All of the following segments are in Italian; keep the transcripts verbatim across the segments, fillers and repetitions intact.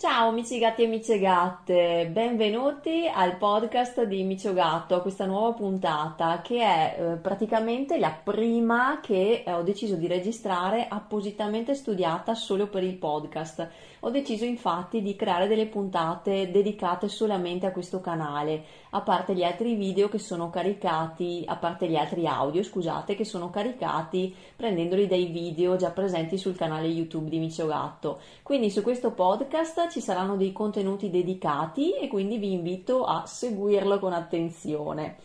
Ciao amici gatti e amiche gatte, benvenuti al podcast di Micio Gatto, a questa nuova puntata che è eh, praticamente la prima che eh, ho deciso di registrare appositamente studiata solo per il podcast. Ho deciso infatti di creare delle puntate dedicate solamente a questo canale, a parte gli altri video che sono caricati, a parte gli altri audio, scusate, che sono caricati prendendoli dai video già presenti sul canale YouTube di Micio Gatto. Quindi su questo podcast ci saranno dei contenuti dedicati e quindi vi invito a seguirlo con attenzione.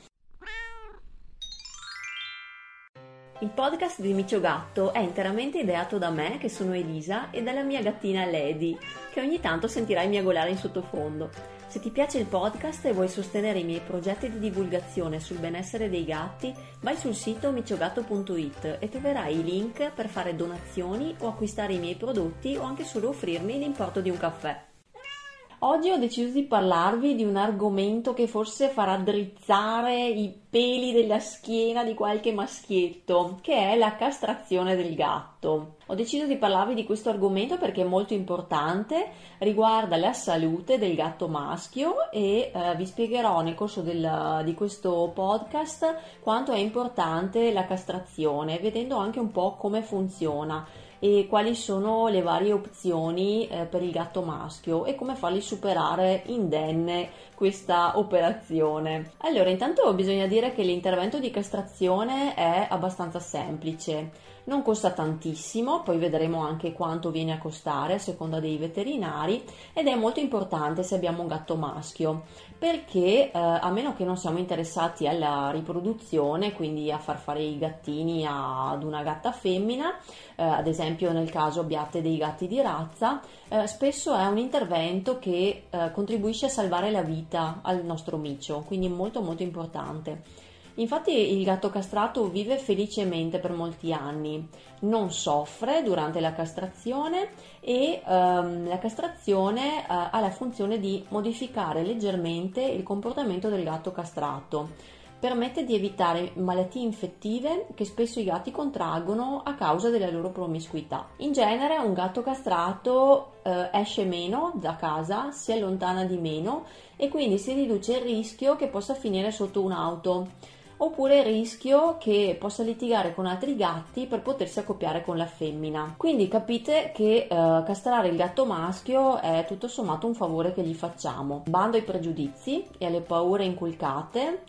Il podcast di Micio Gatto è interamente ideato da me, che sono Elisa, e dalla mia gattina Lady, che ogni tanto sentirai miagolare in sottofondo. Se ti piace il podcast e vuoi sostenere i miei progetti di divulgazione sul benessere dei gatti, vai sul sito miciogatto punto it e troverai i link per fare donazioni o acquistare i miei prodotti o anche solo offrirmi l'importo di un caffè. Oggi ho deciso di parlarvi di un argomento che forse farà drizzare i peli della schiena di qualche maschietto, che è la castrazione del gatto. Ho deciso di parlarvi di questo argomento perché è molto importante, riguarda la salute del gatto maschio e eh, vi spiegherò nel corso del, di questo podcast quanto è importante la castrazione, vedendo anche un po' come funziona e quali sono le varie opzioni eh, per il gatto maschio e come fargli superare indenne questa operazione. Allora, intanto bisogna dire che l'intervento di castrazione è abbastanza semplice. Non costa tantissimo, poi vedremo anche quanto viene a costare a seconda dei veterinari, ed è molto importante se abbiamo un gatto maschio, perché eh, a meno che non siamo interessati alla riproduzione, quindi a far fare i gattini ad una gatta femmina, eh, ad esempio nel caso abbiate dei gatti di razza, eh, spesso è un intervento che eh, contribuisce a salvare la vita al nostro micio, quindi molto molto importante. Infatti il gatto castrato vive felicemente per molti anni, non soffre durante la castrazione e ehm, la castrazione eh, ha la funzione di modificare leggermente il comportamento del gatto castrato. Permette di evitare malattie infettive che spesso i gatti contraggono a causa della loro promiscuità. In genere un gatto castrato eh, esce meno da casa, si allontana di meno e quindi si riduce il rischio che possa finire sotto un'auto, oppure il rischio che possa litigare con altri gatti per potersi accoppiare con la femmina. Quindi capite che eh, castrare il gatto maschio è tutto sommato un favore che gli facciamo. Bando ai pregiudizi e alle paure inculcate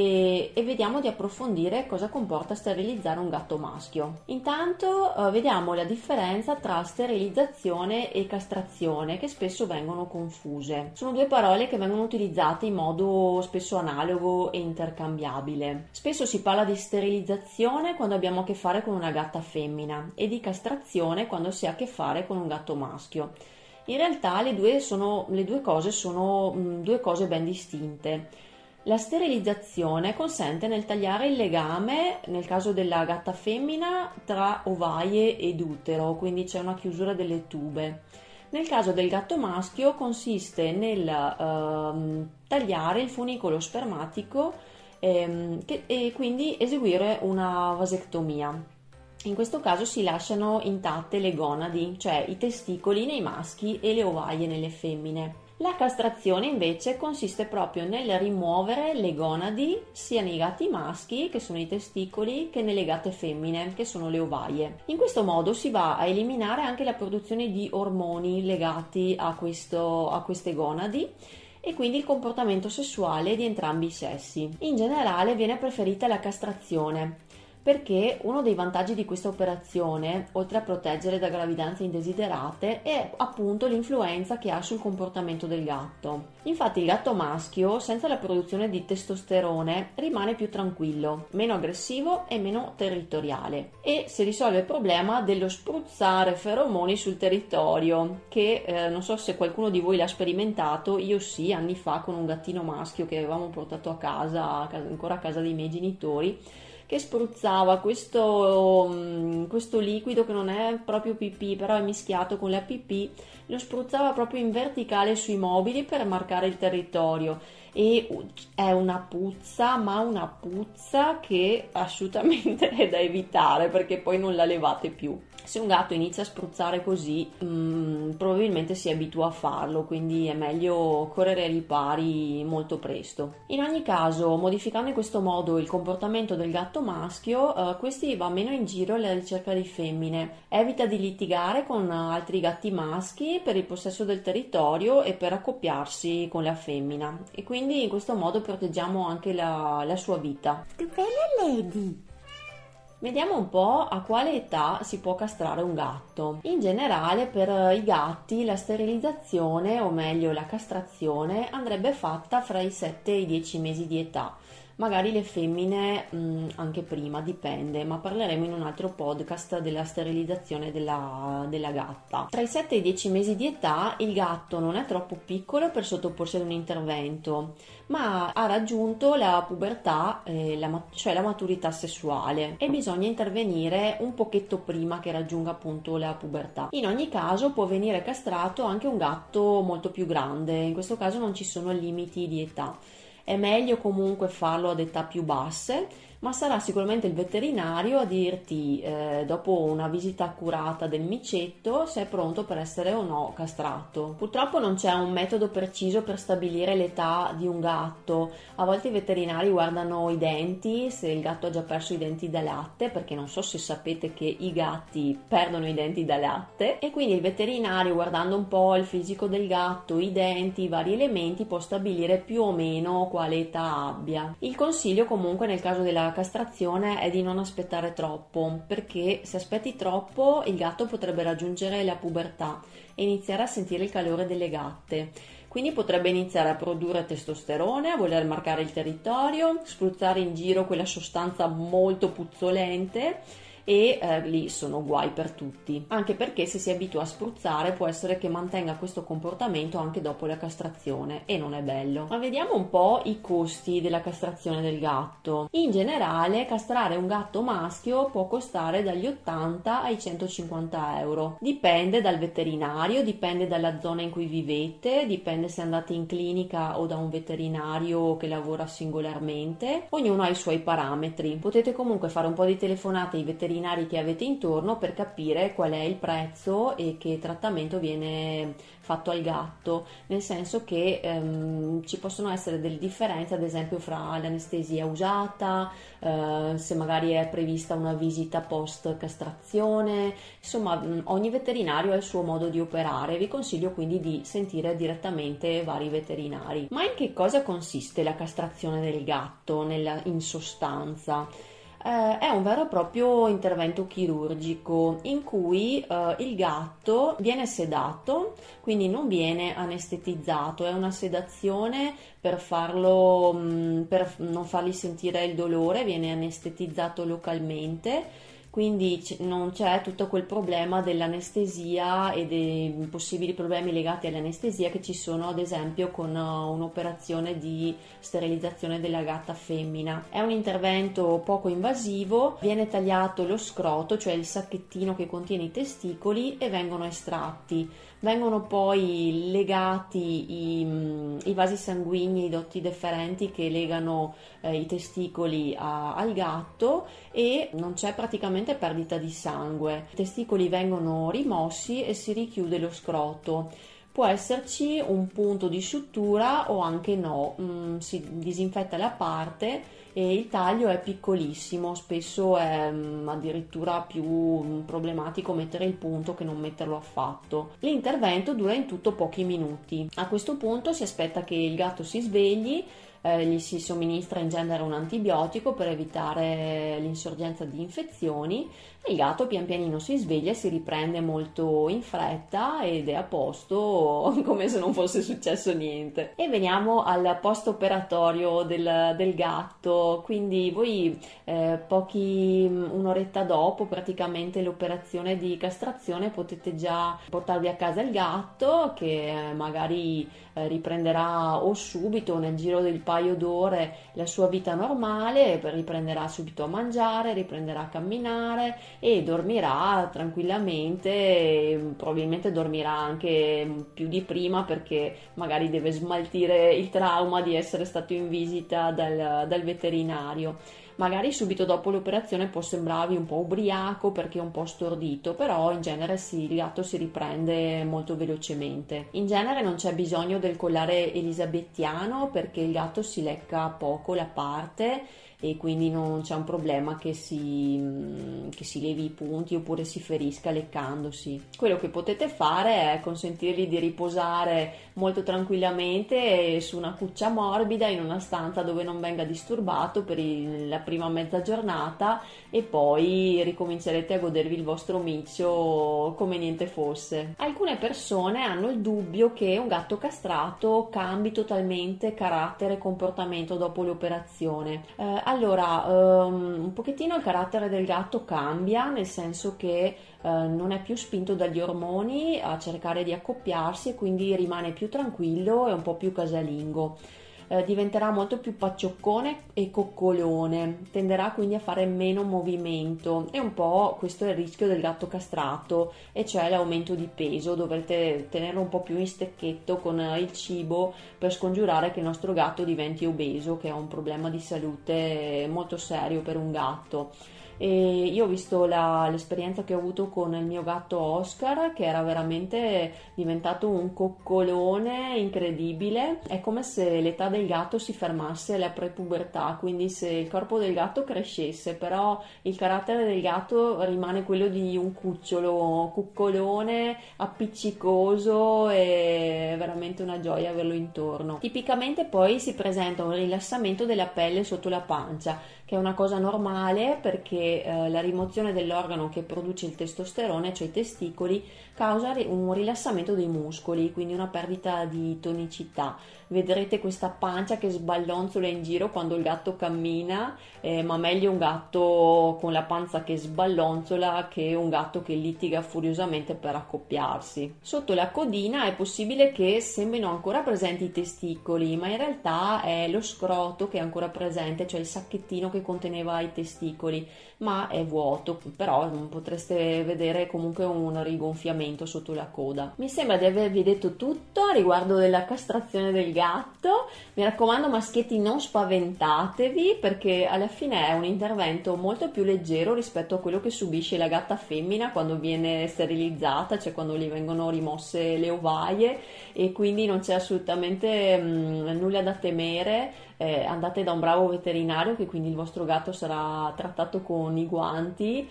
e, e vediamo di approfondire cosa comporta sterilizzare un gatto maschio. Intanto eh, vediamo la differenza tra sterilizzazione e castrazione, che spesso vengono confuse. Sono due parole che vengono utilizzate in modo spesso analogo e intercambiabile. Spesso si parla di sterilizzazione quando abbiamo a che fare con una gatta femmina e di castrazione quando si ha a che fare con un gatto maschio. In realtà le due, sono, le due cose sono mh, due cose ben distinte. La sterilizzazione consente nel tagliare il legame, nel caso della gatta femmina, tra ovaie ed utero, quindi c'è una chiusura delle tube. Nel caso del gatto maschio consiste nel ehm, tagliare il funicolo spermatico ehm, che, e quindi eseguire una vasectomia. In questo caso si lasciano intatte le gonadi, cioè i testicoli nei maschi e le ovaie nelle femmine. La castrazione invece consiste proprio nel rimuovere le gonadi sia nei gatti maschi, che sono i testicoli, che nelle gatte femmine, che sono le ovaie. In questo modo si va a eliminare anche la produzione di ormoni legati a, questo, a queste gonadi e quindi il comportamento sessuale di entrambi i sessi. In generale viene preferita la castrazione, perché uno dei vantaggi di questa operazione, oltre a proteggere da gravidanze indesiderate, è appunto l'influenza che ha sul comportamento del gatto. Infatti il gatto maschio, senza la produzione di testosterone, rimane più tranquillo, meno aggressivo e meno territoriale, e si risolve il problema dello spruzzare feromoni sul territorio, che eh, non so se qualcuno di voi l'ha sperimentato, io sì, anni fa con un gattino maschio che avevamo portato a casa, ancora a casa dei miei genitori, che spruzzava questo, questo liquido che non è proprio pipì, però è mischiato con la pipì, lo spruzzava proprio in verticale sui mobili per marcare il territorio e è una puzza, ma una puzza che assolutamente è da evitare perché poi non la levate più. Se un gatto inizia a spruzzare così, mh, probabilmente si abitua a farlo, quindi è meglio correre ai ripari molto presto. In ogni caso, modificando in questo modo il comportamento del gatto maschio, eh, questi va meno in giro alla ricerca di femmine, evita di litigare con altri gatti maschi per il possesso del territorio e per accoppiarsi con la femmina, e quindi in questo modo proteggiamo anche la, la sua vita. Che bella Lady! Vediamo un po' a quale età si può castrare un gatto. In generale per i gatti la sterilizzazione, o meglio la castrazione, andrebbe fatta fra i sette e i dieci mesi di età. Magari le femmine mh, anche prima, dipende, ma parleremo in un altro podcast della sterilizzazione della, della gatta. Tra i sette e i dieci mesi di età il gatto non è troppo piccolo per sottoporsi ad un intervento, ma ha raggiunto la pubertà, eh, la, cioè la maturità sessuale, e bisogna intervenire un pochetto prima che raggiunga appunto la pubertà. In ogni caso può venire castrato anche un gatto molto più grande, in questo caso non ci sono limiti di età. È meglio comunque farlo ad età più basse, ma sarà sicuramente il veterinario a dirti, eh, dopo una visita accurata del micetto, se è pronto per essere o no castrato. Purtroppo non c'è un metodo preciso per stabilire l'età di un gatto. A volte i veterinari guardano i denti, se il gatto ha già perso i denti da latte, perché non so se sapete che i gatti perdono i denti da latte, e quindi il veterinario, guardando un po' il fisico del gatto, i denti, i vari elementi, può stabilire più o meno quale età abbia. Il consiglio comunque nel caso della castrazione è di non aspettare troppo, perché se aspetti troppo il gatto potrebbe raggiungere la pubertà e iniziare a sentire il calore delle gatte. Quindi potrebbe iniziare a produrre testosterone, a voler marcare il territorio, spruzzare in giro quella sostanza molto puzzolente, e eh, lì sono guai per tutti, anche perché se si abitua a spruzzare può essere che mantenga questo comportamento anche dopo la castrazione, e non è bello. Ma vediamo un po' i costi della castrazione del gatto. In generale castrare un gatto maschio può costare dagli ottanta ai centocinquanta euro, dipende dal veterinario, dipende dalla zona in cui vivete, dipende se andate in clinica o da un veterinario che lavora singolarmente, ognuno ha i suoi parametri. Potete comunque fare un po' di telefonate ai veterinari che avete intorno per capire qual è il prezzo e che trattamento viene fatto al gatto, nel senso che ehm, ci possono essere delle differenze, ad esempio fra l'anestesia usata, eh, se magari è prevista una visita post castrazione, insomma ogni veterinario ha il suo modo di operare. Vi consiglio quindi di sentire direttamente vari veterinari. Ma in che cosa consiste la castrazione del gatto nella, in sostanza? Eh, è un vero e proprio intervento chirurgico in cui eh, il gatto viene sedato, quindi non viene anestetizzato, è una sedazione per farlo, mh, per non fargli sentire il dolore, viene anestetizzato localmente. Quindi non c'è tutto quel problema dell'anestesia e dei possibili problemi legati all'anestesia che ci sono ad esempio con un'operazione di sterilizzazione della gatta femmina. È un intervento poco invasivo, viene tagliato lo scroto, cioè il sacchettino che contiene i testicoli, e vengono estratti. Vengono poi legati i, i vasi sanguigni, i dotti deferenti che legano eh, i testicoli a, al gatto, e non c'è praticamente perdita di sangue. I testicoli vengono rimossi e si richiude lo scroto. Può esserci un punto di sutura o anche no, mm, si disinfetta la parte e il taglio è piccolissimo, spesso è mm, addirittura più mm, problematico mettere il punto che non metterlo affatto. L'intervento dura in tutto pochi minuti. A questo punto si aspetta che il gatto si svegli, eh, gli si somministra in genere un antibiotico per evitare l'insorgenza di infezioni. Il gatto pian pianino si sveglia e si riprende molto in fretta ed è a posto come se non fosse successo niente. E veniamo al post operatorio del, del gatto. Quindi voi eh, pochi un'oretta dopo praticamente l'operazione di castrazione potete già portarvi a casa il gatto, che magari eh, riprenderà o subito o nel giro del paio d'ore la sua vita normale, riprenderà subito a mangiare, riprenderà a camminare e dormirà tranquillamente, probabilmente dormirà anche più di prima perché magari deve smaltire il trauma di essere stato in visita dal, dal veterinario. Magari subito dopo l'operazione può sembrarvi un po' ubriaco perché è un po' stordito, però in genere sì, il gatto si riprende molto velocemente. In genere non c'è bisogno del collare elisabettiano perché il gatto si lecca poco la parte e quindi non c'è un problema che si, che si levi i punti oppure si ferisca leccandosi. Quello che potete fare è consentirgli di riposare molto tranquillamente su una cuccia morbida in una stanza dove non venga disturbato per il, la prima mezza giornata e poi ricomincerete a godervi il vostro miccio come niente fosse. Alcune persone hanno il dubbio che un gatto castrato cambi totalmente carattere e comportamento dopo l'operazione. Eh, allora, um, un pochettino il carattere del gatto cambia, nel senso che uh, non è più spinto dagli ormoni a cercare di accoppiarsi e quindi rimane più tranquillo e un po' più casalingo. Eh, diventerà molto più paccioccone e coccolone, tenderà quindi a fare meno movimento e un po' questo è il rischio del gatto castrato, e cioè l'aumento di peso. Dovrete tenerlo un po' più in stecchetto con il cibo per scongiurare che il nostro gatto diventi obeso, che è un problema di salute molto serio per un gatto. E io ho visto la, l'esperienza che ho avuto con il mio gatto Oscar, che era veramente diventato un coccolone incredibile. È come se l'età del gatto si fermasse alla prepubertà, quindi se il corpo del gatto crescesse, però il carattere del gatto rimane quello di un cucciolo, coccolone, appiccicoso, e veramente una gioia averlo intorno. Tipicamente poi si presenta un rilassamento della pelle sotto la pancia, che è una cosa normale perché eh, la rimozione dell'organo che produce il testosterone, cioè i testicoli, causa un rilassamento dei muscoli, quindi una perdita di tonicità. Vedrete questa pancia che sballonzola in giro quando il gatto cammina, eh, ma meglio un gatto con la panza che sballonzola che un gatto che litiga furiosamente per accoppiarsi. Sotto la codina è possibile che sembrino ancora presenti i testicoli, ma in realtà è lo scroto che è ancora presente, cioè il sacchettino che conteneva i testicoli, ma è vuoto, però potreste vedere comunque un rigonfiamento sotto la coda. Mi sembra di avervi detto tutto a riguardo della castrazione del gatto. Mi raccomando, maschietti, non spaventatevi, perché alla fine è un intervento molto più leggero rispetto a quello che subisce la gatta femmina quando viene sterilizzata, cioè quando gli vengono rimosse le ovaie, e quindi non c'è assolutamente mh, nulla da temere. Eh, andate da un bravo veterinario, che quindi il vostro gatto sarà trattato con i guanti,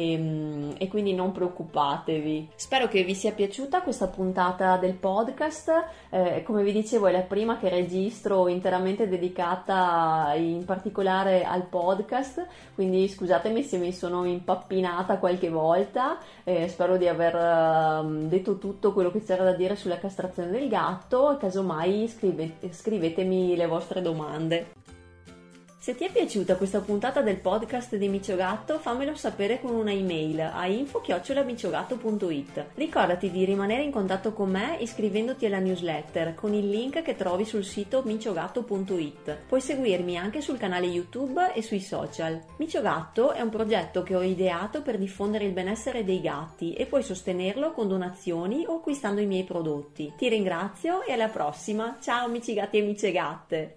e, e quindi non preoccupatevi. Spero che vi sia piaciuta questa puntata del podcast. Eh, come vi dicevo, è la prima che registro interamente dedicata in particolare al podcast, quindi scusatemi se mi sono impappinata qualche volta. Eh, spero di aver uh, detto tutto quello che c'era da dire sulla castrazione del gatto, e casomai scrive, scrivetemi le vostre domande. Se ti è piaciuta questa puntata del podcast di Micio Gatto, fammelo sapere con una email a info chiocciola miciogatto punto it. Ricordati di rimanere in contatto con me iscrivendoti alla newsletter con il link che trovi sul sito miciogatto punto it. Puoi seguirmi anche sul canale YouTube e sui social. Micio Gatto è un progetto che ho ideato per diffondere il benessere dei gatti, e puoi sostenerlo con donazioni o acquistando i miei prodotti. Ti ringrazio e alla prossima. Ciao amici gatti e amiche gatte!